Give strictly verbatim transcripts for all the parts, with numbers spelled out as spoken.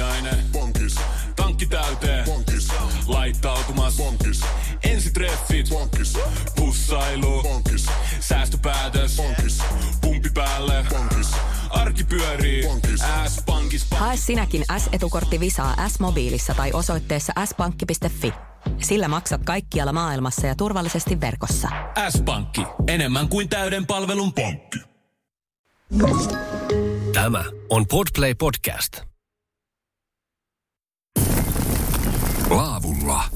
aamiainen. Bonkis. Tankki täyteen. Bonkis. Laittautumas. Bonkis. Ensitreffit. Bonkis. Pussailu. Bonkis. Säästöpäätös. Bonkis. Pumpi päälle. Bonkis. Arki pyörii. Bonkis. S-pankis. Hae sinäkin S-etukortti Visaa S-mobiilissa tai osoitteessa s pankki piste fi. Sillä maksat kaikkialla maailmassa ja turvallisesti verkossa. S-pankki. Enemmän kuin täyden palvelun pankki. Tämä on Podplay Podcast. Laavulla.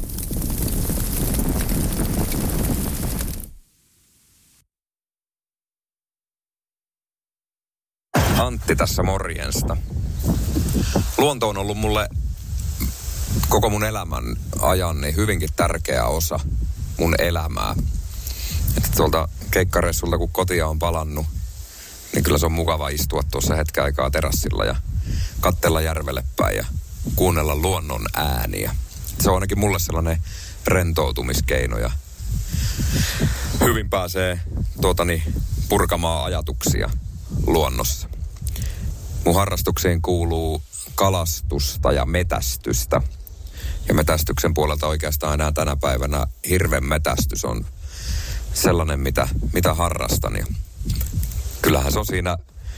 Antti tässä morjensta. Luonto on ollut mulle koko mun elämän ajan niin hyvinkin tärkeä osa mun elämää. Että tuolta keikkareissulta kun kotia on palannut, niin kyllä se on mukava istua tuossa hetken aikaa terassilla ja katsella järvelle päin ja kuunnella luonnon ääniä. Se on ainakin mulle sellainen rentoutumiskeino ja hyvin pääsee tuotani purkamaan ajatuksia luonnossa. Mun harrastuksiin kuuluu kalastusta ja metästystä. Ja metästyksen puolelta oikeastaan enää tänä päivänä hirven metästys on sellainen, mitä, mitä harrastan. Ja kyllähän se on siinä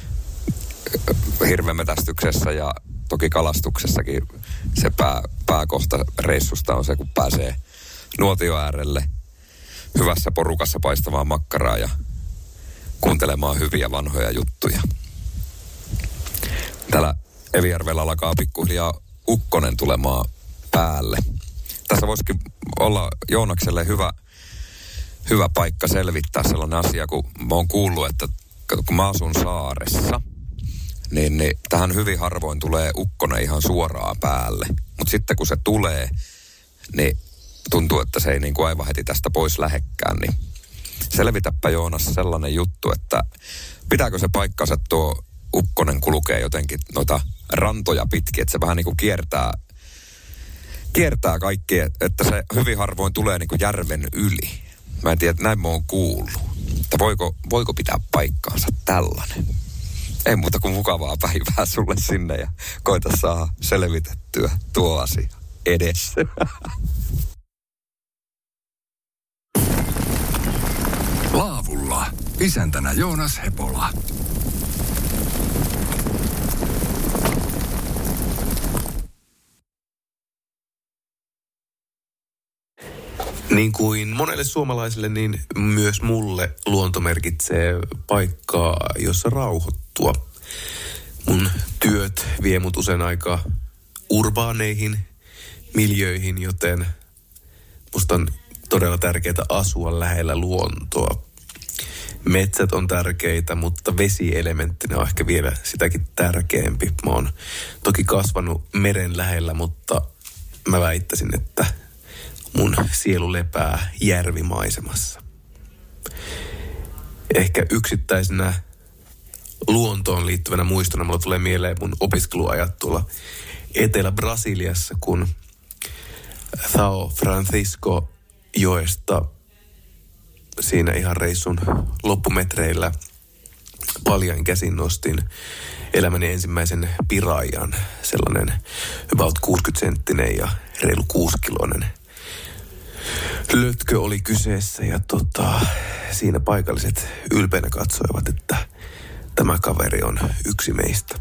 hirvenmetästyksessä ja toki kalastuksessakin se pää, pääkohta reissusta on se, kun pääsee nuotio äärelle hyvässä porukassa paistamaan makkaraa ja kuuntelemaan hyviä vanhoja juttuja. Täällä Evijärvellä alkaa pikkuhiljaa ukkonen tulemaan päälle. Tässä voisikin olla Joonakselle hyvä, hyvä paikka selvittää sellainen asia, kun mä oon kuullut, että kun mä asun saaressa, niin, niin tähän hyvin harvoin tulee ukkonen ihan suoraan päälle. Mutta sitten kun se tulee, niin tuntuu, että se ei niin kuin aivan heti tästä pois lähekkään. Niin selvitäpä Joonas sellainen juttu, että pitääkö se paikkansa tuo ukkonen kulkee jotenkin noita rantoja pitkin, että se vähän niin kuin kiertää, kiertää kaikki, että se hyvin harvoin tulee niin kuin järven yli. Mä en tiedä, että näin mä oon kuullut. Että voiko, voiko pitää paikkaansa tällainen? Ei muuta kuin mukavaa päivää sulle sinne ja koita saa selvitettyä tuo asia edessä. Laavulla. Isäntänä Joonas Hepola. Niin kuin monelle suomalaiselle, niin myös mulle luonto merkitsee paikkaa, jossa rauhoittua. Mun työt vie mut usein aika urbaaneihin miljöihin, joten musta on todella tärkeää asua lähellä luontoa. Metsät on tärkeitä, mutta vesielementtinä on ehkä vielä sitäkin tärkeämpi. Mä oon toki kasvanut meren lähellä, mutta mä väittäisin, että mun sielu lepää järvimaisemassa. Ehkä yksittäisenä luontoon liittyvänä muistona mulla tulee mieleen mun opiskeluajat tuolla Etelä-Brasiliassa, kun São Francisco joesta siinä ihan reissun loppumetreillä paljain käsin nostin elämäni ensimmäisen pirajan, sellainen about kuusikymmentä senttinen ja reilu kuusikiloinen lötkö oli kyseessä ja tota, siinä paikalliset ylpeänä katsoivat, että tämä kaveri on yksi meistä.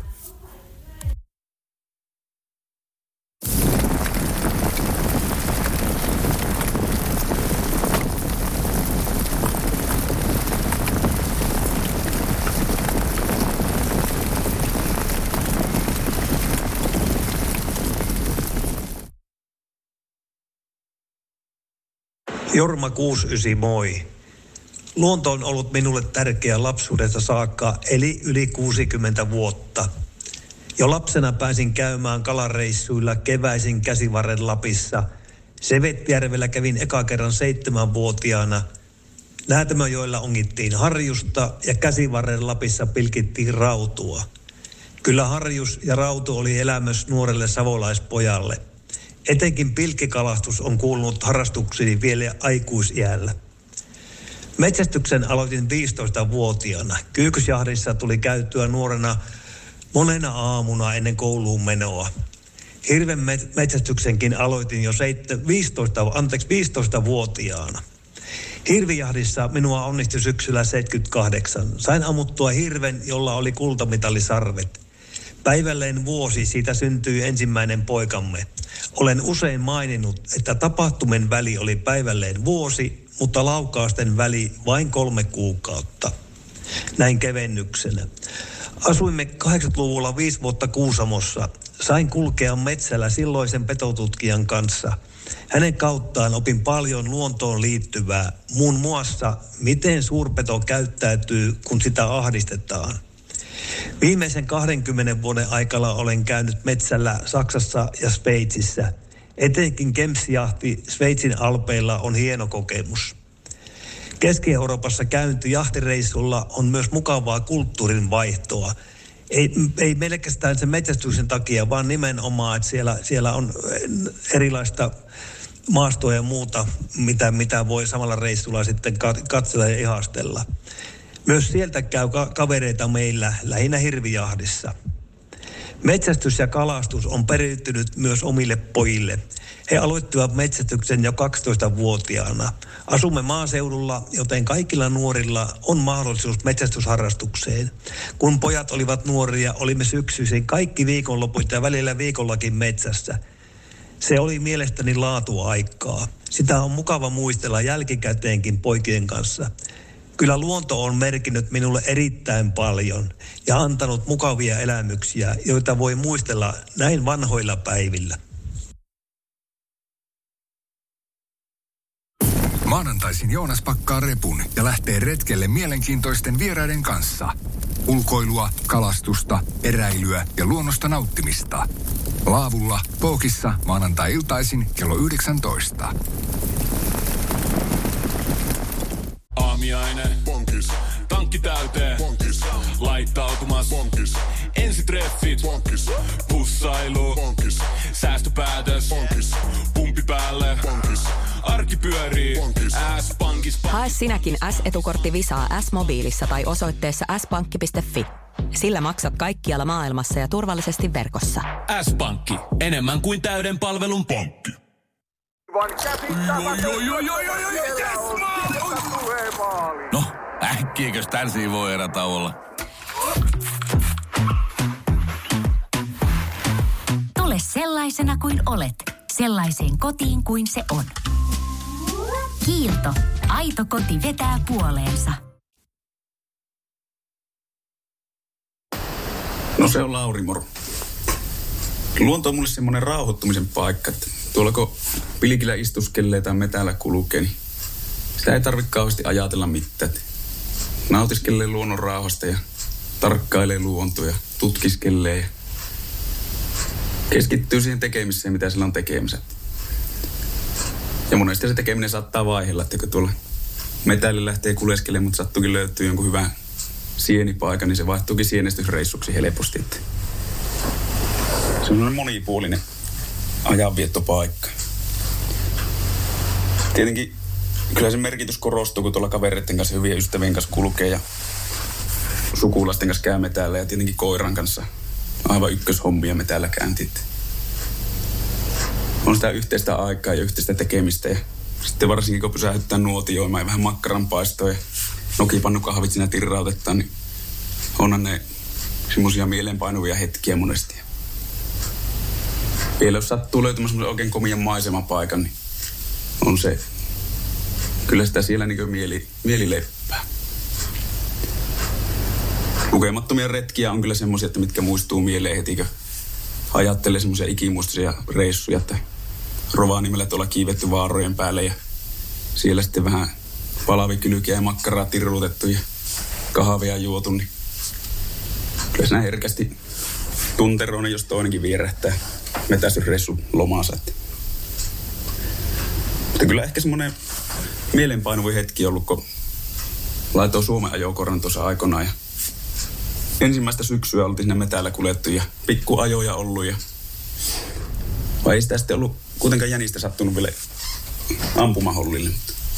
Jorma kuusikymmentäyhdeksän, moi. Luonto on ollut minulle tärkeä lapsuudesta saakka, eli yli kuusikymmentä vuotta. Jo lapsena pääsin käymään kalareissuilla keväisin Käsivarren Lapissa. Sevetjärvellä kävin eka kerran seitsemänvuotiaana. Näätämöjoella ongittiin harjusta ja Käsivarren Lapissa pilkittiin rautua. Kyllä harjus ja rautu oli elämys nuorelle savolaispojalle. Etenkin pilkkikalastus on kuulunut harrastukseni vielä aikuisiällä. Metsästyksen aloitin viisitoistavuotiaana. Kyykösjahdissa tuli käyttöä nuorena monena aamuna ennen kouluun menoa. Hirven metsästyksenkin aloitin jo viisitoista, anteeksi, viisitoistavuotiaana. Hirvijahdissa minua onnistui syksyllä seitsemänkymmentäkahdeksan. Sain ammuttua hirven, jolla oli kultamitalisarvet. Päivälleen vuosi siitä syntyi ensimmäinen poikamme. Olen usein maininnut, että tapahtumen väli oli päivälleen vuosi, mutta laukausten väli vain kolme kuukautta. Näin kevennyksenä. Asuimme kahdeksankymmentäluvulla viisi vuotta Kuusamossa. Sain kulkea metsällä silloisen petotutkijan kanssa. Hänen kauttaan opin paljon luontoon liittyvää, muun muassa miten suurpeto käyttäytyy, kun sitä ahdistetaan. Viimeisen kahdenkymmenen vuoden aikana olen käynyt metsällä Saksassa ja Sveitsissä. Etenkin kemsjahti Sveitsin alpeilla on hieno kokemus. Keski-Euroopassa käynti jahtireissulla on myös mukavaa kulttuurin vaihtoa. Ei, ei melkein sen metsästyksen takia, vaan nimenomaan, että siellä, siellä on erilaista maastoa ja muuta, mitä, mitä voi samalla reissulla sitten katsella ja ihastella. Myös sieltä käy ka- kavereita meillä, lähinnä hirvijahdissa. Metsästys ja kalastus on periytynyt myös omille pojille. He aloittivat metsästyksen jo kaksitoistavuotiaana. Asumme maaseudulla, joten kaikilla nuorilla on mahdollisuus metsästysharrastukseen. Kun pojat olivat nuoria, olimme syksyisin kaikki viikonloput ja välillä viikollakin metsässä. Se oli mielestäni laatuaikaa. Sitä on mukava muistella jälkikäteenkin poikien kanssa. Kyllä luonto on merkinnyt minulle erittäin paljon ja antanut mukavia elämyksiä, joita voi muistella näin vanhoilla päivillä. Maanantaisin Joonas pakkaa repun ja lähtee retkelle mielenkiintoisten vieraiden kanssa. Ulkoilua, kalastusta, eräilyä ja luonnosta nauttimista. Laavulla, Pookissa, maanantai-iltaisin kello yhdeksäntoista. Aamiainen. Bonkis. Tankki täyteen. Bonkis. Laittautumas. Bonkis. Ensitreffit. Bonkis. Pussailu. Bonkis. Säästöpäätös. Bonkis. Pumpi päälle. Bonkis. Arki pyörii. Bonkis. S-pankis. Hae sinäkin S-etukortti Visaa S-mobiilissa tai osoitteessa s pankki piste fi. Sillä maksat kaikkialla maailmassa ja turvallisesti verkossa. S-pankki. Enemmän kuin täyden palvelun pankki. No, äkkiäkös tän voi erätä olla? Tule sellaisena kuin olet, sellaiseen kotiin kuin se on. Kiilto. Aito koti vetää puoleensa. No se on Lauri, moro. Luonto on mulle semmoinen rauhoittumisen paikka, että tuolla kun pilkillä istuskelee tai metällä kulkee, niin sitä ei tarvitse kauheasti ajatella mitään. Nautiskelee luonnon rauhasta ja tarkkailee luontoa ja tutkiskelee ja keskittyy siihen tekemiseen, mitä sillä on tekemistä. Ja monesti se tekeminen saattaa vaihella, että kun tuolla metälle lähtee kuleskelemaan, mutta sattuukin löytyy jonkun hyvän sienipaikan, niin se vaihtuukin sienestysreissuksi helposti. Se on monipuolinen ajanviettopaikka. Tietenkin kyllä se merkitys korostuu, kun tuolla kavereiden kanssa, hyvien ystävien kanssa kulkee ja sukulaisten kanssa käy metällä ja tietenkin koiran kanssa aivan ykköshommia metällä käyntit. On sitä yhteistä aikaa ja yhteistä tekemistä ja sitten varsinkin kun pysähdyttää nuotioimaan ja vähän makkaranpaistoa ja nokipannukahvit siinä tirrautetaan, niin onhan ne semmoisia mieleenpainuvia hetkiä monesti. Vielä jos sattuu löytämään semmoisen oikein komian maisemapaikan, niin on se, kyllä sitä siellä niin kuin mieli, mieli leppää. Lukemattomia retkiä on kyllä semmoisia, että mitkä muistuu mieleen heti, kun ajattelee semmoisia ikimuistoisia reissuja, että Rovaniemellä tuolla kiivetty vaarojen päälle ja siellä sitten vähän palavikylkiä ja makkaraa tirrutettu ja kahvia juotu, niin kyllä siinä herkästi tunteroinen, jos toinenkin vierähtää metästysreissun lomaansa. Mutta kyllä ehkä semmoinen mielenpainuvi hetki ollut, kun laitoin Suomen ajokorran tuossa aikoinaan ja ensimmäistä syksyä oltiin siinä metällä kuljettu ja pikkuajoja ollut ja vai ei sitä sitten ollut kuitenkaan jänistä sattunut vielä ampumahollille.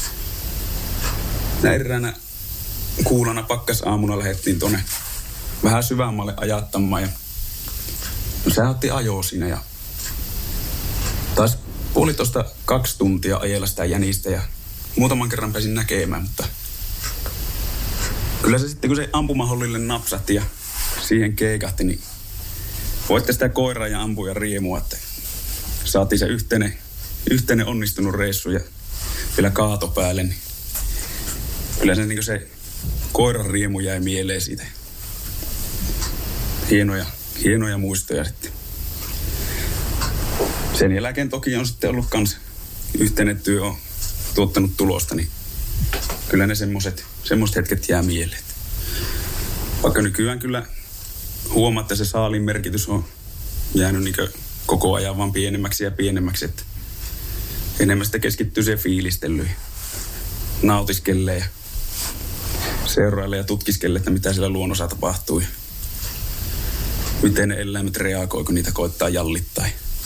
Näin eräänä kuulana pakkasaamuna lähdettiin tuonne vähän syvemmälle ajattamaan ja no sehän otti ajoa siinä ja Taas puolitoista kaksi tuntia ajella sitä jänistä ja muutaman kerran pääsin näkemään, mutta kyllä se sitten kun se ampumahollille napsahti ja siihen keikahti, niin voitte sitä koiraa ja ampuja riemua, että saatiin se yhteinen, yhteinen onnistunut reissu ja vielä kaato päälle, niin kyllä se, niin se koiran riemu jäi mieleen siitä. Hienoja, hienoja muistoja sitten. Sen jälkeen toki on sitten ollut kans yhteinen työ on tuottanut tulosta, niin kyllä ne semmoiset semmoiset hetket jää mieleen. Vaikka nykyään kyllä huomaa, että se saalin merkitys on jäänyt niin koko ajan vaan pienemmäksi ja pienemmäksi, että enemmän sitä keskittyy siihen fiilistelyyn, nautiskelee ja seurailee ja tutkiskelee, että mitä siellä luonnossa tapahtuu. Miten ne eläimet reagoi, kun niitä koittaa jallittaa.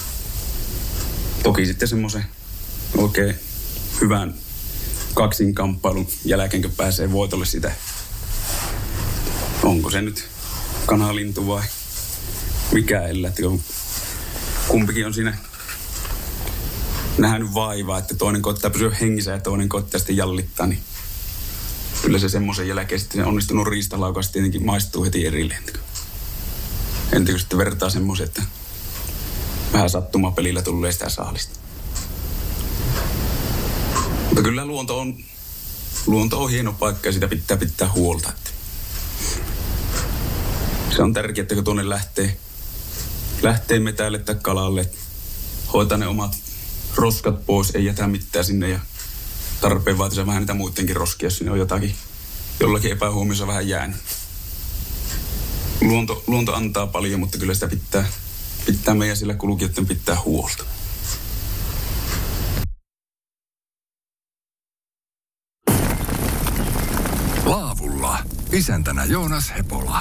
Toki sitten semmoisen oikein hyvän kaksinkamppailun jälkeen, kun pääsee voitolle sitä. Onko se nyt kanalintu vai mikä eläin, että kumpikin on siinä nähnyt vaivaa, että toinen koittaa pysyä hengissä ja toinen koittaa sitten jallittaa, niin kyllä se semmoisen jälkeen sitten se onnistunut riistalaukaus tietenkin maistuu heti erilleen. Entä sitten vertaa semmoisen, että vähän sattumapelillä tulee sitä saalista. Mutta kyllä luonto on, luonto on hieno paikka ja sitä pitää pitää huolta. Se on tärkeää, että kun tuonne lähtee, lähtee metälle tai kalalle, hoitaa ne omat roskat pois, ei jätä mitään sinne ja tarpeen vaatisa vähän niitä muidenkin roskia, jos sinne on jotakin, jollakin epähuomiossa vähän jäänyt. Luonto, luonto antaa paljon, mutta kyllä sitä pitää, pitää meidän sillä kulkijoiden pitää huolta. Laavulla. Isäntänä Joonas Hepola.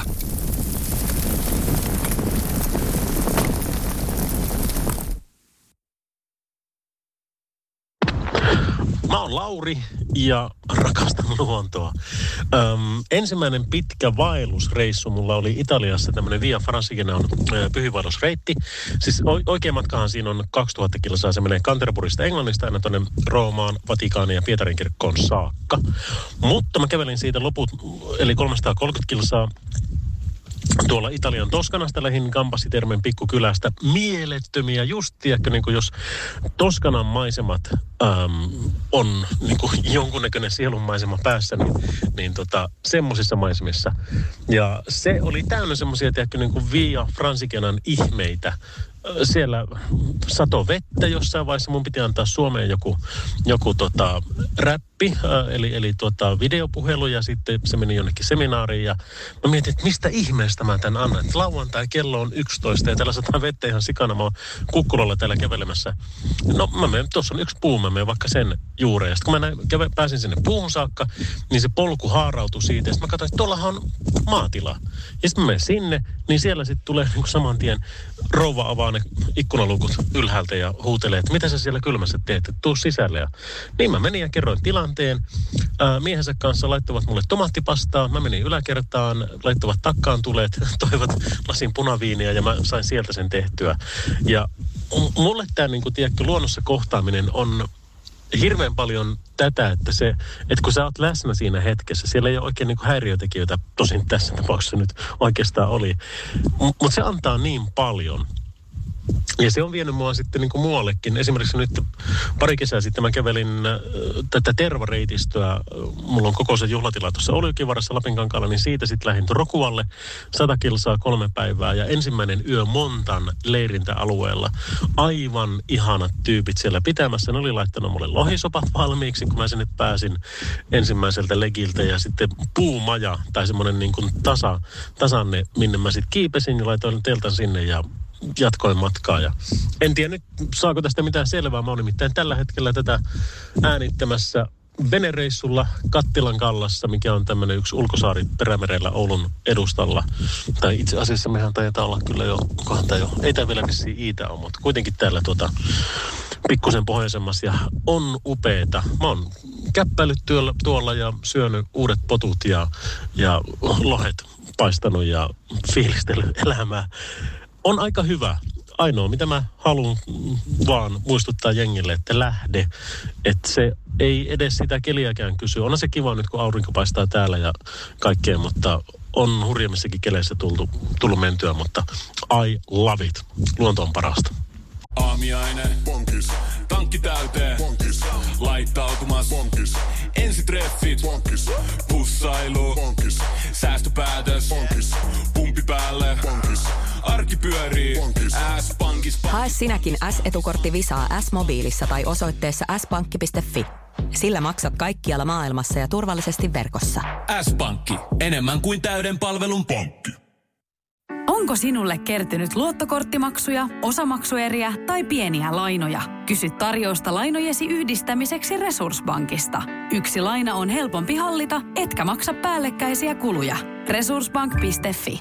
Mä oon Lauri ja rakastan luontoa. Öm, ensimmäinen pitkä vaellusreissu mulla oli Italiassa tämmönen Via Francigena on pyhiinvaellusreitti. Siis oikein matkahan siinä on kaksituhatta kilsaa. Se menee Canterburysta Englannista aina tonne Roomaan, Vatikaaniin ja Pietarin kirkkoon saakka. Mutta mä kävelin siitä loput, eli kolmesataakolmekymmentä kilsaa. Tuolla Italian Toskanasta lähin Kampassitermen pikkukylästä. Mielettömiä just, tiedätkö, niin kuin jos Toskanan maisemat äm, on niin kuin jonkunnäköinen sielunmaisema päässä, niin, niin tota, semmosissa maisemissa. Ja se oli täynnä semmoisia, tiedätkö, niin kuin Via Francigenan ihmeitä. Siellä sato vettä jossain vaiheessa. Mun piti antaa Suomeen joku, joku tota, räppi, äh, eli, eli tota, videopuhelu, ja sitten se meni jonnekin seminaariin. Ja mä mietin, että mistä ihmeestä mä tämän annan. Että lauantai kello on yksitoista ja täällä sataa vettä ihan sikana. Mä oon Kukkulalla täällä kävelemässä. No mä menen, tuossa on yksi puu, mä menen vaikka sen juureen. Ja sitten kun mä näin, käve, pääsin sinne puuhun saakka, niin se polku haarautui siitä. Ja sitten mä katsoin, että tuollahan on maatila. Ja sitten mä menen sinne, niin siellä sitten tulee niin kuin saman tien rouva avaa ne ikkunalukut ylhäältä ja huutelee, että mitä sä siellä kylmässä teet, että tuu sisälle. Ja niin mä menin ja kerroin tilanteen. Ää, miehensä kanssa laittoivat mulle tomaattipastaa. Mä menin yläkertaan, laittoivat takkaan tuleet, toivat lasin punaviiniä ja mä sain sieltä sen tehtyä. Ja mulle tämä, niin kuin tiedätkö, luonnossa kohtaaminen on hirveän paljon tätä, että se, että kun sä oot läsnä siinä hetkessä, siellä ei ole oikein niin kuin häiriötekijöitä, tosin tässä tapauksessa nyt oikeastaan oli, mutta se antaa niin paljon. Ja se on vienyt mua sitten niin kuin muuallekin. Esimerkiksi nyt pari kesää sitten mä kävelin äh, tätä tervareitistöä. Mulla on koko se juhlatila tuossa Oljukivarassa Lapinkankaalla, niin siitä sitten lähdin Rokualle sata kilsaa kolme päivää. Ja ensimmäinen yö Montan leirintäalueella. Aivan ihanat tyypit siellä pitämässä. Ne oli laittanut mulle lohisopat valmiiksi, kun mä sinne pääsin ensimmäiseltä legiltä. Ja sitten puumaja tai semmoinen niin kuin tasa, tasanne, minne mä sitten kiipesin ja laitoin teltan sinne ja jatkoin matkaa. Ja en tiedä nyt, saako tästä mitään selvää. Mä oon nimittäin tällä hetkellä tätä äänittämässä venereissulla Kattilan Kallassa, mikä on tämmöinen yksi ulkosaari Perämerellä Oulun edustalla. Tai itse asiassa mehän taitaa olla kyllä jo, kohan tää jo, ei tää vielä vissiin Iitä on, mutta kuitenkin täällä tuota pikkusen pohjoisemmassa ja on upeeta. Mä oon käppäillyt tuolla, tuolla ja syönyt uudet potut ja, ja lohet paistanut ja fiilistellyt elämää. On aika hyvä. ainoa, mitä mä haluan vaan muistuttaa jengille, että lähde. Että se ei edes sitä keliäkään kysy. Onhan se kiva nyt, kun aurinko paistaa täällä ja kaikkea, mutta on hurjemmissakin keleissä tullut, tullut mentyä, mutta I love it. Luonto on parasta. Aamiainen. Bonkis. Tankki täyteen. Bonkis. Laittautumas. Bonkis. Ensitreffit. Bonkis. Pussailu. Bonkis. Säästöpäätös. Bonkis. Pumpi päälle. Bonkis. Arki pyörii. Bonkis. S-pankis. Hae sinäkin S-etukortti Visaa S-mobiilissa tai osoitteessa s pankki piste fi. Sillä maksat kaikkialla maailmassa ja turvallisesti verkossa. S-pankki. Enemmän kuin täyden palvelun pankki. Onko sinulle kertynyt luottokorttimaksuja, osamaksueriä tai pieniä lainoja? Kysy tarjousta lainojesi yhdistämiseksi Resurssbankista. Yksi laina on helpompi hallita, etkä maksa päällekkäisiä kuluja. resurssbank piste fi.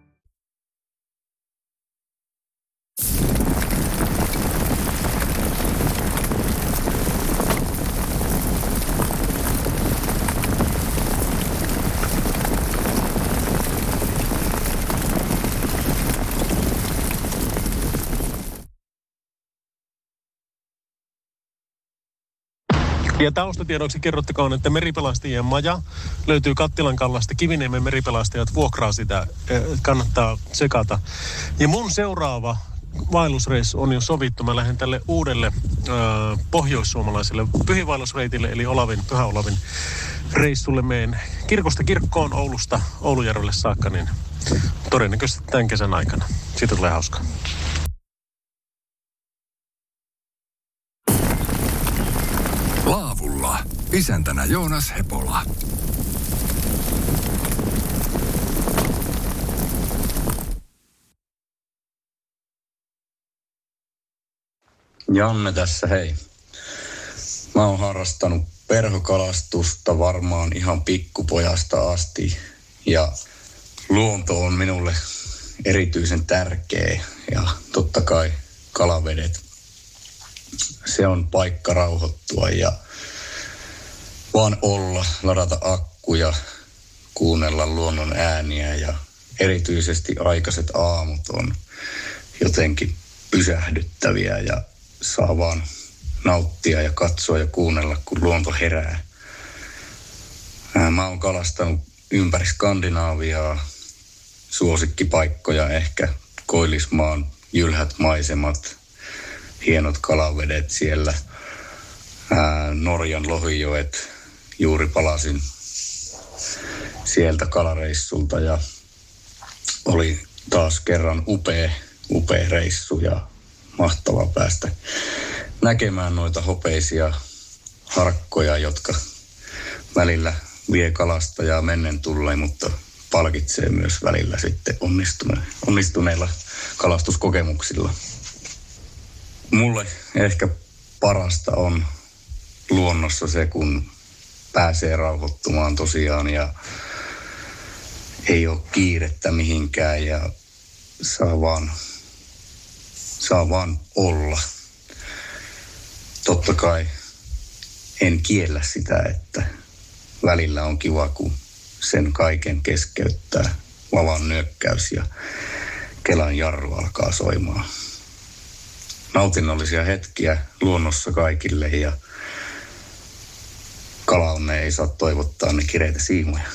Ja taustatiedoksi kerrottakoon, että meripelastajien maja löytyy Kattilan kallasta. Kiviniemen meripelastajat vuokraa sitä, kannattaa tsekata. Ja mun seuraava vaellusreissu on jo sovittu. Mä lähden tälle uudelle äh, pohjoissuomalaiselle pyhiinvaellusreitille, eli Olavin, Pyhä Olavin reissulle. Meen kirkosta kirkkoon Oulusta Oulujärvelle saakka, niin todennäköisesti tämän kesän aikana. Siitä tulee hauskaa. Laavulla. Isäntänä Joonas Hepola. Janne tässä, hei. Mä oon harrastanut perhokalastusta varmaan ihan pikkupojasta asti. Ja luonto on minulle erityisen tärkeä. Ja totta kai kalavedet. Se on paikka rauhoittua ja vaan olla, ladata akkuja, kuunnella luonnon ääniä ja erityisesti aikaiset aamut on jotenkin pysähdyttäviä ja saa vaan nauttia ja katsoa ja kuunnella, kun luonto herää. Mä oon kalastanut ympäri Skandinaaviaa, suosikkipaikkoja ehkä Koillismaan jylhät maisemat, hienot kalavedet siellä, ää, Norjan lohijoet. Juuri palasin sieltä kalareissulta ja oli taas kerran upea, upea reissu ja mahtavaa päästä näkemään noita hopeisia harkkoja, jotka välillä vie kalastajaa mennen tulleen, mutta palkitsee myös välillä sitten onnistune- onnistuneilla kalastuskokemuksilla. Mulle ehkä parasta on luonnossa se, kun pääsee rauhoittumaan tosiaan ja ei ole kiirettä mihinkään ja saa vaan, saa vaan olla. Totta kai en kiellä sitä, että välillä on kiva, kun sen kaiken keskeyttää lavan nyökkäys ja Kelan jarru alkaa soimaan. Nautinnollisia hetkiä luonnossa kaikille ja kalaonne ei saa toivottaa ne kireitä siimoja.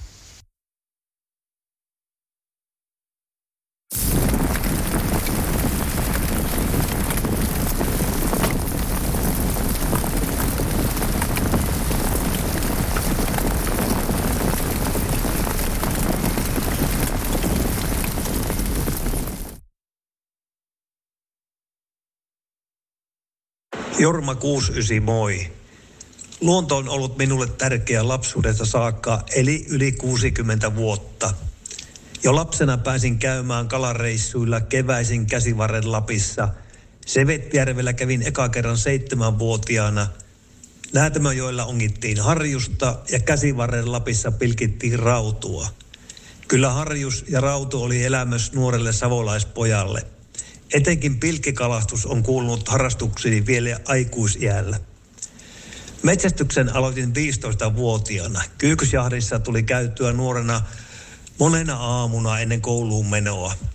Jorma kuusikymmentäyhdeksän, moi. Luonto on ollut minulle tärkeä lapsuudesta saakka, eli yli kuusikymmentä vuotta. Jo lapsena pääsin käymään kalareissuilla keväisin Käsivarren Lapissa. Sevettijärvellä kävin eka kerran seitsemänvuotiaana. Näätämöjoilla ongittiin harjusta ja Käsivarren Lapissa pilkittiin rautua. Kyllä harjus ja rautu oli elämys nuorelle savolaispojalle. Etenkin pilkkikalastus on kuulunut harrastuksiini vielä aikuisiällä. Metsästyksen aloitin viisitoistavuotiaana. Kyyhkysjahdissa tuli käytyä nuorena monena aamuna ennen kouluun menoa.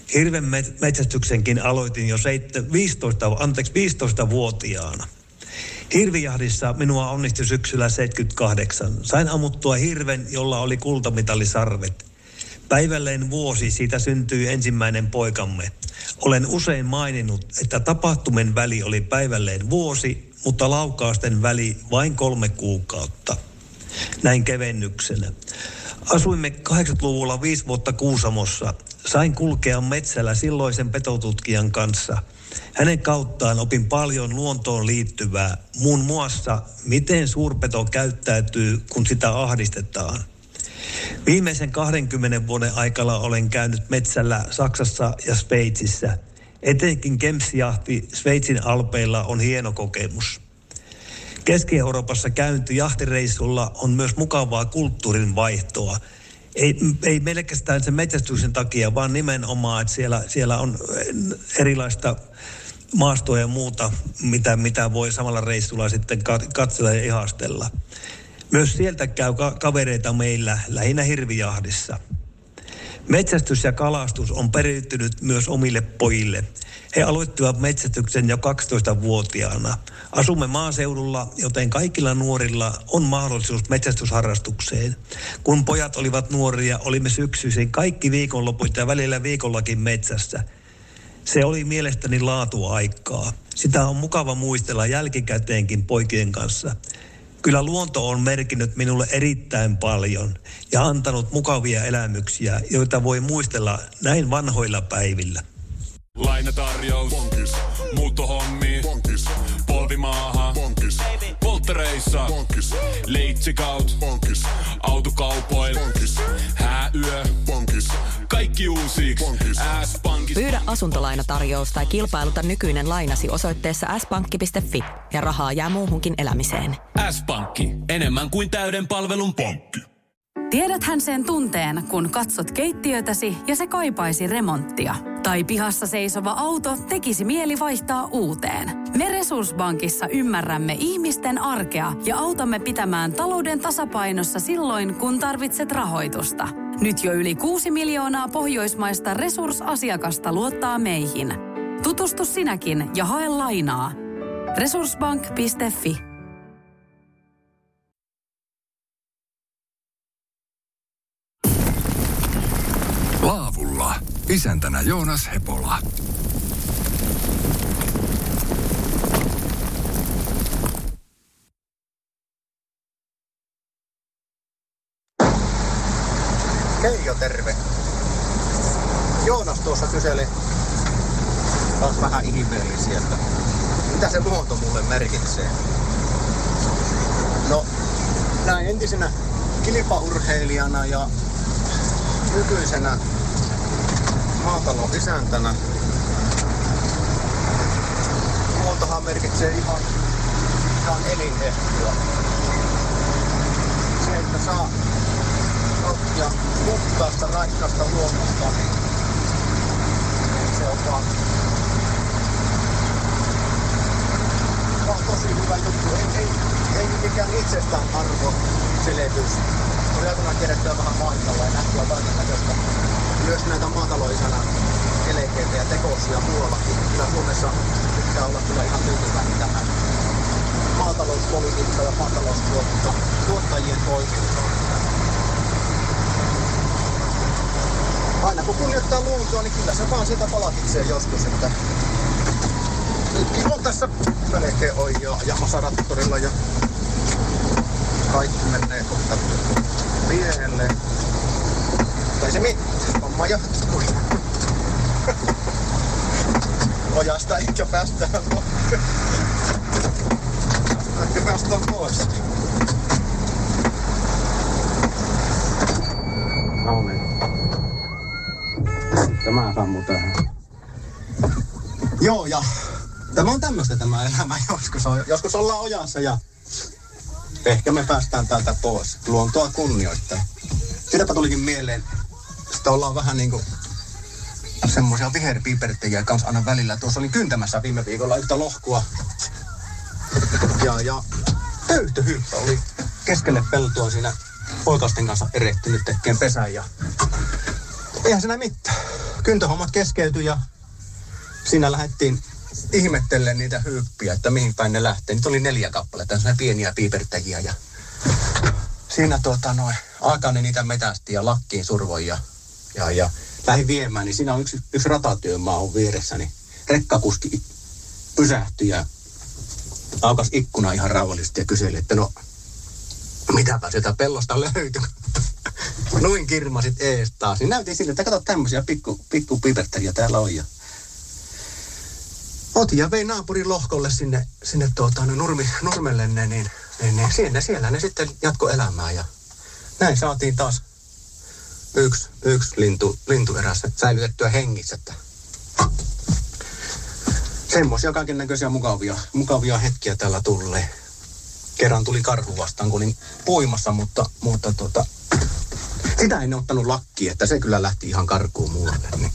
Hirven metsästyksenkin aloitin jo viisitoista, anteeksi, viisitoistavuotiaana. Hirvijahdissa minua onnistui syksyllä seitsemänkymmentäkahdeksan. Sain ammuttua hirven, jolla oli kultamitalisarvet. Päivälleen vuosi siitä syntyi ensimmäinen poikamme. Olen usein maininnut, että tapahtumen väli oli päivälleen vuosi, mutta laukausten väli vain kolme kuukautta. Näin kevennyksenä. Asuimme kahdeksankymmentäluvulla viisi vuotta Kuusamossa. Sain kulkea metsällä silloisen petotutkijan kanssa. Hänen kauttaan opin paljon luontoon liittyvää, muun muassa miten suurpeto käyttäytyy, kun sitä ahdistetaan. Viimeisen kahdenkymmenen vuoden aikana olen käynyt metsällä Saksassa ja Sveitsissä. Etenkin kemsjahti Sveitsin alpeilla on hieno kokemus. Keski-Euroopassa käynti jahtireissulla on myös mukavaa kulttuurin vaihtoa. Ei, ei melkein sen metsästyksen takia, vaan nimenomaan, että siellä, siellä on erilaista maastoa ja muuta, mitä, mitä voi samalla reissulla sitten katsella ja ihastella. Myös sieltä käy ka- kavereita meillä, lähinnä hirvijahdissa. Metsästys ja kalastus on periytynyt myös omille pojille. He aloittivat metsästyksen jo kaksitoistavuotiaana. Asumme maaseudulla, joten kaikilla nuorilla on mahdollisuus metsästysharrastukseen. Kun pojat olivat nuoria, olimme syksyisin kaikki viikonloput ja välillä viikollakin metsässä. Se oli mielestäni laatuaikaa. Sitä on mukava muistella jälkikäteenkin poikien kanssa. Kyllä luonto on merkinnyt minulle erittäin paljon ja antanut mukavia elämyksiä, joita voi muistella näin vanhoilla päivillä. Lainatarjous. Bonkis. Muuttohommi. Bonkis. Polvimaaha. Bonkis. Polttereissa. Bonkis. Leitsikaut. Bonkis. Autokaupoil. Bonkis. Hääyö. Bonkis. Kaikki uusiiksi. S-pankki. Pyydä asuntolainatarjous tai kilpailuta nykyinen lainasi osoitteessa s pankki piste fi ja rahaa jää muuhunkin elämiseen. S-pankki. Enemmän kuin täyden palvelun pankki. Tiedäthän sen tunteen, kun katsot keittiötäsi ja se kaipaisi remonttia. Tai pihassa seisova auto tekisi mieli vaihtaa uuteen. Me Resurssbankissa ymmärrämme ihmisten arkea ja autamme pitämään talouden tasapainossa silloin, kun tarvitset rahoitusta. Nyt jo yli kuusi miljoonaa pohjoismaista resursasiakasta luottaa meihin. Tutustu sinäkin ja hae lainaa. resurssbank piste fi. Laavulla. Isäntänä Joonas Hepola. Keijo, terve. Joonas tuossa kyseli taas vähän ihmeellisiä, että mitä se luonto mulle merkitsee. No, näin entisenä kilpaurheilijana ja nykyisenä maatalon isäntänä luontohan merkitsee ihan, ihan elinehtoa. Se, että saa nauttia puhtaasta, raikkaasta luonnosta, niin se on vaan, vaan tosi hyvä juttu. Ei, ei, ei mikään itsestään arvo selitys. Oli aikanaan kierrettyä vähän maailmalla ja nähtyä kaiken näköistä. Myös näitä maataloisana elekeitä ja tekosia muuallakin. Kyllä Suomessa pitää olla kyllä ihan tyytyväinen tähän maatalouspolitiikkaan ja maataloustuottajien toimintaan. Aina kun kunnioittaa luontoa, niin kyllä se vaan sieltä palkitsee joskus, että nytkin on tässä melkein ojaa ajamassa traktorilla ja kaikki menee kohta pieleen. Tai se mitään, homma jatkuu. Ojasta eikä päästään pois. Ehkä päästään pois. No niin. Tämä sammu tähän. Joo, ja tämä on tämmöistä tämä elämä. Joskus, on, joskus ollaan ojassa ja ehkä me päästään täältä pois. Luontoa kunnioittaa. Siinäpä tulikin mieleen, että ollaan vähän niinku semmoisia viherpiipertejä kanssa aina välillä. Tuossa olin kyntämässä viime viikolla yhtä lohkua. Ja, ja töyhtöhyyppä oli keskelle peltoa siinä poikasten kanssa erehtynyt tekemään pesän. Ja eihän siinä mitään. kyntöhommat keskeytyi ja siinä lähdettiin ihmettelemään niitä hyyppiä, että mihin päin ne lähtee. Niitä oli neljä kappaletta, tämmöisiä pieniä piipertäjiä ja siinä tuota noin, aikani niitä metästi ja lakkiin survoi ja, ja, ja lähdin viemään, niin siinä on yksi, yksi ratatyömaa on vieressä, niin rekkakuski pysähtyi ja aukas ikkuna ihan rauhallisesti ja kyseli, että no, mitäpä sieltä pellosta löytyi. Noin kirmasit ees taas. Niin näytin sille, että kato tämmöisiä pikku, pikku piipertäjiä täällä on. Ja otin ja vein naapurin lohkolle sinne, sinne tuota, nurmi, nurmelle ne, niin, niin, niin siellä, siellä ne sitten jatko elämää. Ja näin saatiin taas yksi, yksi lintu, lintuerässä säilytettyä hengissä. Että semmoisia kaiken näköisiä mukavia, mukavia hetkiä täällä tulee. Kerran tuli karhu vastaan, kun olin puimassa, mutta, mutta tota, sitä en ottanut lakkiin, että se kyllä lähti ihan karkuun muualle. Niin.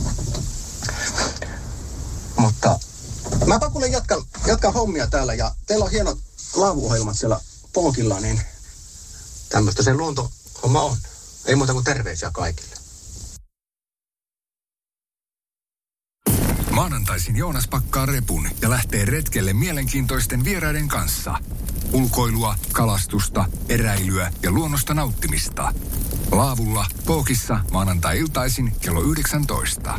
Mutta mäpä kuule jatkan, jatkan hommia täällä ja teillä on hienot laavuohjelmat siellä Pookilla, niin tämmöistä se luontohomma on. Ei muuta kuin terveisiä kaikille. Maanantaisin Joonas pakkaa repun ja lähtee retkelle mielenkiintoisten vieraiden kanssa. Ulkoilua, kalastusta, eräilyä ja luonnosta nauttimista. Laavulla, Pookissa, maanantai-iltaisin kello yhdeksäntoista.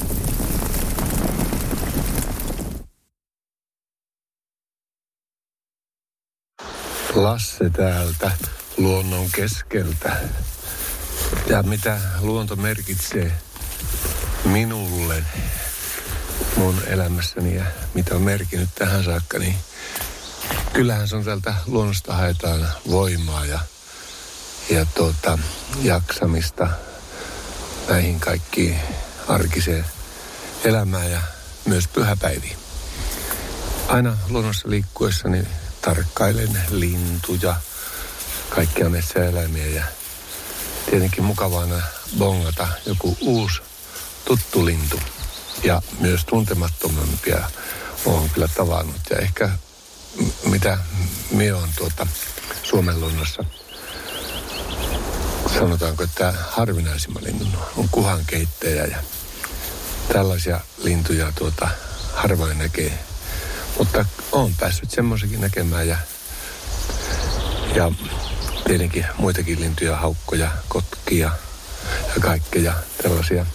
Lasse täältä luonnon keskeltä. Ja mitä luonto merkitsee minulle mun elämässäni ja mitä on merkinnyt tähän saakka, niin kyllähän se on täältä luonnosta haetaan voimaa ja, ja tuota, jaksamista näihin kaikkiin arkiseen elämään ja myös pyhäpäiviin. Aina luonnossa liikkuessani tarkkailen lintuja, kaikkia metsäeläimiä ja tietenkin mukavana bongata joku uusi tuttu lintu. Ja myös tuntemattomampia olen kyllä tavannut. Ja ehkä m- mitä minä olen tuota Suomen luonnossa, sanotaanko, että harvinaisimman linnun on kuhankeittäjä ja tällaisia lintuja tuota harvoin näkee. Mutta olen päässyt semmoisenkin näkemään ja, ja tietenkin muitakin lintuja, haukkoja, kotkia ja kaikkea tällaisia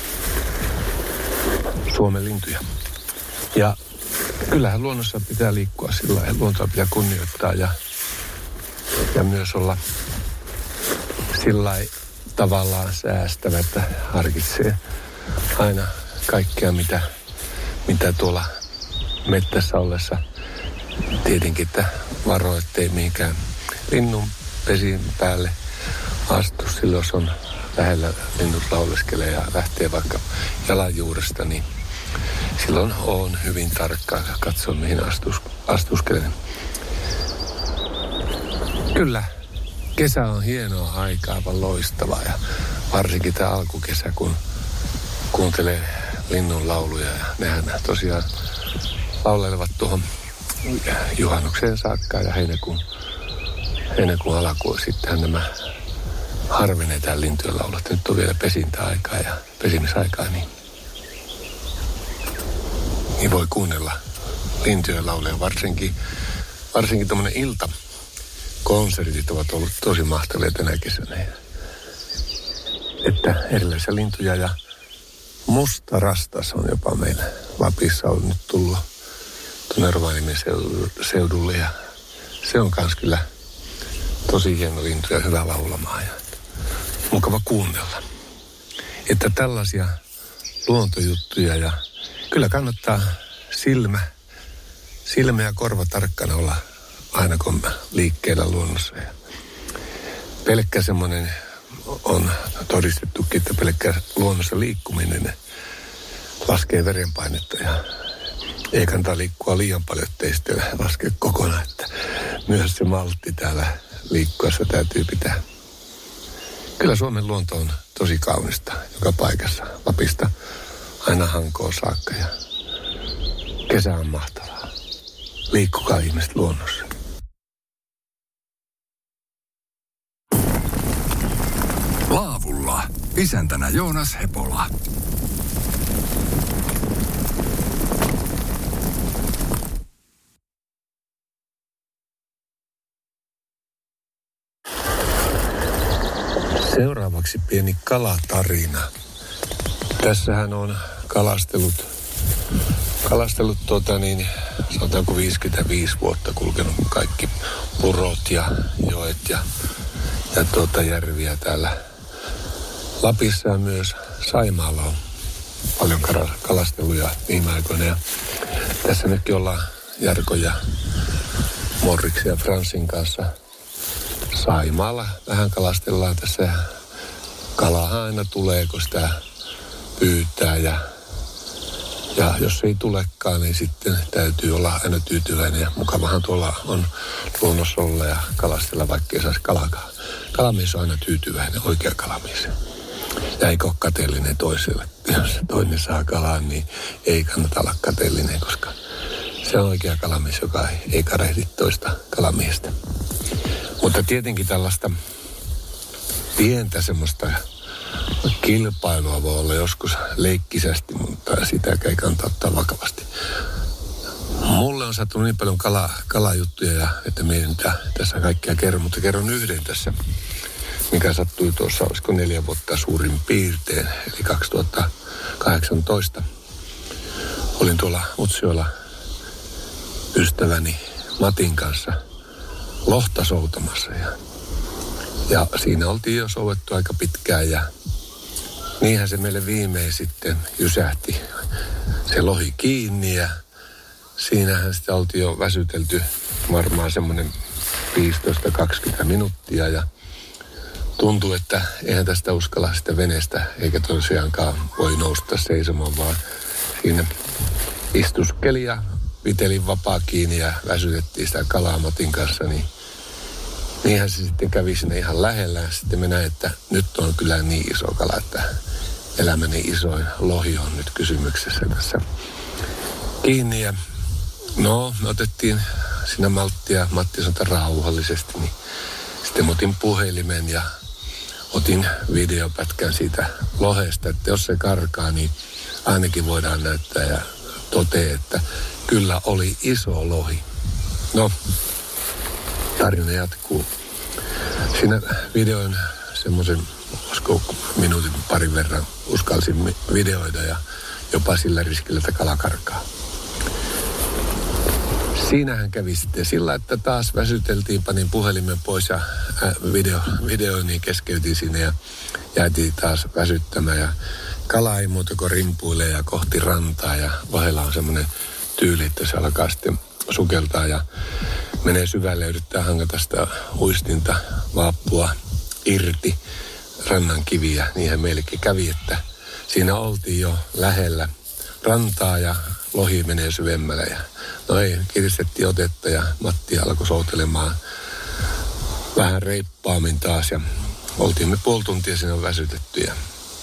Suomen lintuja. Ja kyllähän luonnossa pitää liikkua sillä lailla, luontoa pitää kunnioittaa ja, ja myös olla sillä lailla tavallaan säästävä, että harkitsee aina kaikkea, mitä, mitä tuolla mettässä ollessa tietenkin, että varo, ettei mihinkään linnun pesin päälle astu, silloin jos on lähellä linnut lauleskelee ja lähtee vaikka jalanjuuresta, niin silloin on hyvin tarkkaa ja katsoa, mihin astus, astuskelen. Kyllä, kesä on hienoa aikaa, aivan loistavaa ja varsinkin tämä alkukesä, kun kuuntelee linnun lauluja ja nehän tosiaan laulelevat tuohon juhannukseen saakka ja heinäkuun, heinäkuun alakuun. Sittenhän nämä harvenee täällä lintujen laulut. Nyt on vielä pesintäaikaa ja pesimisaikaa, niin, niin voi kuunnella lintujen lauleja. Varsinkin, varsinkin tuommoinen iltakonsertit ovat olleet tosi mahtavia tänä kesänä. Että erilaisia lintuja ja musta rastas on jopa meillä Lapissa on nyt tullut tuonne Rovaniemen seudulle ja se on kans kyllä tosi hieno lintu ja hyvä laulamaan ja mukava kuunnella. Että tällaisia luontojuttuja ja kyllä kannattaa silmä, silmä ja korva tarkkana olla aina kun liikkeellä luonnossa. Ja pelkkä semmoinen on todistettukin, että pelkkä luonnossa liikkuminen laskee verenpainetta ja ei kannata liikkua liian paljon, ettei sitten laske kokonaan. Että myös se maltti täällä liikkuessa täytyy pitää. Kyllä Suomen luonto on tosi kaunista joka paikassa. Lapista aina Hankoon saakka ja kesä on mahtavaa. Liikkukaa ihmiset luonnossa. Laavulla. Isäntänä Joonas Hepola. Seuraavaksi pieni kalatarina. Tässähän on kalastellut, kalastellut tota niin, sanotaanko viisikymmentäviisi vuotta kulkenut kaikki purot ja joet ja, ja tuota järviä täällä Lapissa ja myös Saimaalla on paljon kalasteluja viime aikoina. Ja tässä nytkin ollaan Jarko ja Morriksen ja Fransin kanssa Saimaalla. Vähän kalastellaan tässä. Kalahan aina tulee, kun sitä pyytää. Ja, ja jos ei tulekaan, niin sitten täytyy olla aina tyytyväinen. Ja mukavahan tuolla on luonnossa olla ja kalastella, vaikka ei saisi kalakaan. Kalamies on aina tyytyväinen, oikea kalamies. Ja eikä ole kateellinen toiselle. Jos toinen saa kalaa, niin ei kannata olla kateellinen, koska se on oikea kalamies, joka ei, ei kadehdi toista kalamiestä. Mutta tietenkin tällaista pientä semmoista kilpailua voi olla joskus leikkisästi, mutta sitä ei kannata ottaa vakavasti. Mulle on sattunut niin paljon kala, kalajuttuja, ja, että me ei nyt tässä kaikkia kerro, mutta kerron yhden tässä, mikä sattui tuossa, olisiko neljä vuotta suurin piirtein, eli kaksituhattakahdeksantoista. Olin tuolla Utsjoella ystäväni Matin kanssa lohta soutamassa ja, ja siinä oltiin jo souettu aika pitkään ja niinhän se meille viimein sitten jysähti se lohi kiinni ja siinähän sitä oltiin jo väsytelty varmaan semmoinen viisitoista kaksikymmentä minuuttia ja tuntui, että eihän tästä uskalla sitä veneestä eikä tosiaankaan voi nousta seisomaan, vaan siinä istuskeli ja vitelin vapaa kiinni ja väsytettiin sitä kalaa Matin kanssa, niin niinhän se sitten kävi sinne ihan lähellä. Sitten me näin, että nyt on kyllä niin iso kala, että elämäni isoin lohi on nyt kysymyksessä tässä kiinni. Ja no, me otettiin siinä malttia, Matti sanoi rauhallisesti, niin sitten mä otin puhelimen ja otin videopätkän siitä lohesta, että jos se karkaa, niin ainakin voidaan näyttää ja totea, että kyllä oli iso lohi. No, tarina jatkuu. Siinä videoin semmoisen, olisiko minuutin parin verran uskalsin videoida ja jopa sillä riskillä, että kala karkaa. Siinähän kävi sitten sillä, että taas väsyteltiin, panin puhelimen pois ja video, video niin keskeytiin siinä ja jäätiin taas väsyttämään ja kala ei muuta kuin rimpuilee ja kohti rantaa ja vahella on semmoinen tyyli, että se alkaa sitten sukeltaa ja menee syvälle ja yrittää hangata sitä uistinta vaappua irti rannan kiviä. Niinhän meillekin kävi, että siinä oltiin jo lähellä rantaa ja lohi menee syvemmälle. Ja no ei, kiristettiin otetta ja Matti alkoi soutelemaan vähän reippaammin taas ja oltiin me puoli tuntia siinä väsytetty ja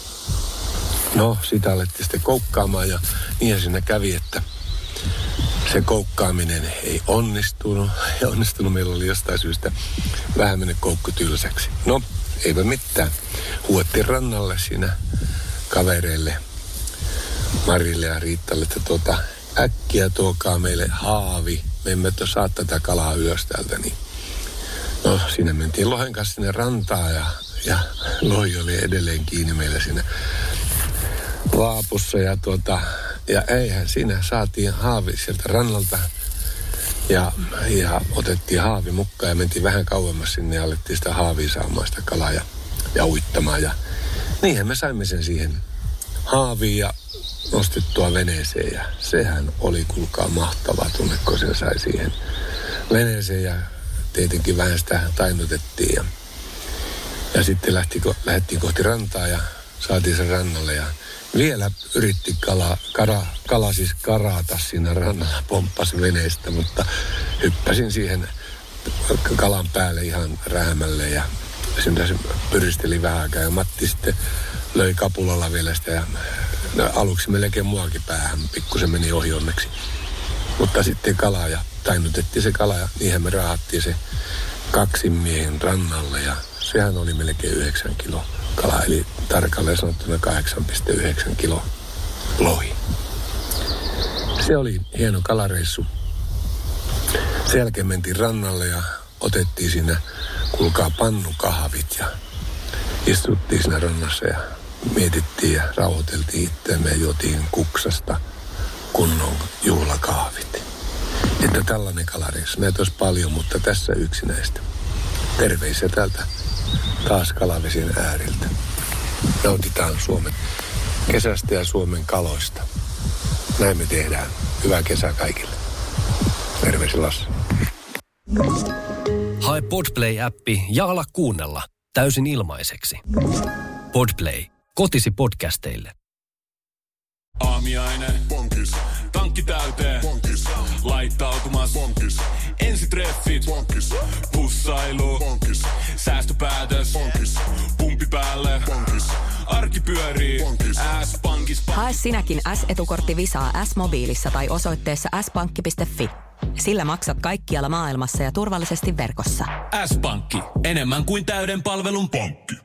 no, sitä alettiin sitten koukkaamaan ja niinhän siinä kävi, että se koukkaaminen ei onnistunut. Ei onnistunut, meillä oli jostain syystä vähän mennyt koukku tylsäksi. No, eipä mitään. Huuettiin rannalle siinä kavereille, Marille ja Riittalle, että tuota, äkkiä tuokaa meille haavi. Me emme saa tätä kalaa ylös täältä. Niin. No, siinä mentiin lohen kanssa sinne rantaan ja, ja lohi oli edelleen kiinni meillä siinä vaapussa ja tuota, ja eihän siinä saatiin haavi sieltä rannalta ja, ja otettiin haavi mukaan ja mentiin vähän kauemmas sinne ja alettiin sitä haavia saamaan sitä kalaa ja, ja uittamaan ja niinhän me saimme sen siihen haaviin ja nostettua veneeseen ja sehän oli kuulkaa mahtava tunne, kun sen sai siihen veneeseen ja tietenkin vähän sitä tainnutettiin ja, ja sitten lähti, lähdettiin kohti rantaa ja saatiin sen rannalle ja vielä yritti kala, kara, kala siis karata siinä rannalla, pomppasi veneestä, mutta hyppäsin siihen kalan päälle ihan räämälle ja sen se pyristeli vähän aikaa ja Matti sitten löi kapulalla vielä sitä ja no, aluksi melkein muakin päähän, pikkusen meni ohi onneksi. Mutta sitten kala ja tainnutettiin se kala ja niinhän me raahattiin se kaksin miehen rannalle ja sehän oli melkein yhdeksän kilo kala, eli tarkalleen sanottuna kahdeksan pilkku yhdeksän kilo lohi. Se oli hieno kalareissu. Sen jälkeen mentiin rannalle ja otettiin siinä, kuulkaa, pannukahvit ja istuttiin siinä rannassa ja mietittiin ja rauhoiteltiin itseämme ja juotiin kuksasta kunnon juhlakahvit. Että tällainen kalareissu. Näitä olisi paljon, mutta tässä yksi näistä. Terveisiä täältä taas kalavesien ääriltä. Nautitaan Suomen kesästä ja Suomen kaloista. Näin me tehdään. Hyvää kesää kaikille. Terveisiä Lassi. Hae Podplay-appi ja ala kuunnella täysin ilmaiseksi. Podplay. Kotisi podcasteille. Aamiainen. Bonkis. Tankki täyteen. Bonkis. Laittautumas. Bonkis. Ensitreffit. Bonkis. Pussailu. Bonkis. Säästöpäätös. Bonkis. Pumpi päälle. Bonkis. Arki pyörii. Bonkis. S-pankis. Hae sinäkin S-etukortti Visaa S-mobiilissa tai osoitteessa s pankki piste fi. Sillä maksat kaikkialla maailmassa ja turvallisesti verkossa. S-pankki. Enemmän kuin täyden palvelun pankki.